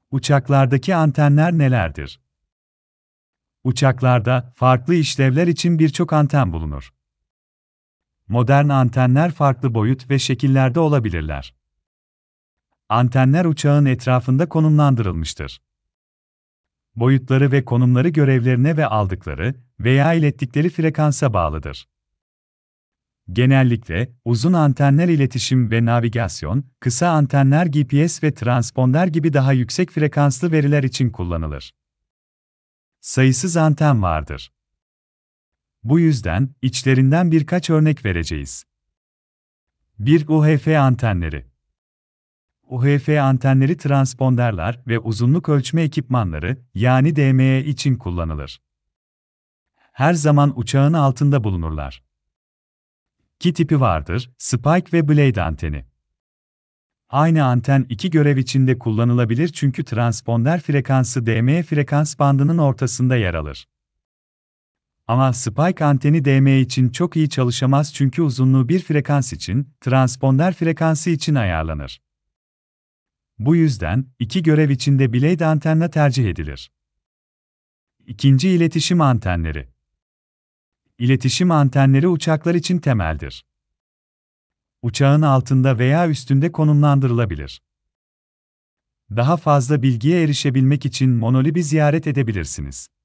Uçaklardaki antenler nelerdir? Uçaklarda farklı işlevler için birçok anten bulunur. Modern antenler farklı boyut ve şekillerde olabilirler. Antenler uçağın etrafında konumlandırılmıştır. Boyutları ve konumları görevlerine ve aldıkları veya ilettikleri frekansa bağlıdır. Genellikle, uzun antenler iletişim ve navigasyon, kısa antenler GPS ve transponder gibi daha yüksek frekanslı veriler için kullanılır. Sayısız anten vardır. Bu yüzden, içlerinden birkaç örnek vereceğiz. 1. UHF antenleri. UHF antenleri transponderler ve uzunluk ölçme ekipmanları, yani DME için kullanılır. Her zaman uçağın altında bulunurlar. İki tipi vardır, spike ve blade anteni. Aynı anten iki görev içinde kullanılabilir çünkü transponder frekansı DME frekans bandının ortasında yer alır. Ama spike anteni DME için çok iyi çalışamaz çünkü uzunluğu bir frekans için, transponder frekansı için ayarlanır. Bu yüzden, iki görev içinde blade antenna tercih edilir. İkinci iletişim antenleri. İletişim antenleri uçaklar için temeldir. Uçağın altında veya üstünde konumlandırılabilir. Daha fazla bilgiye erişebilmek için Monolib'i ziyaret edebilirsiniz.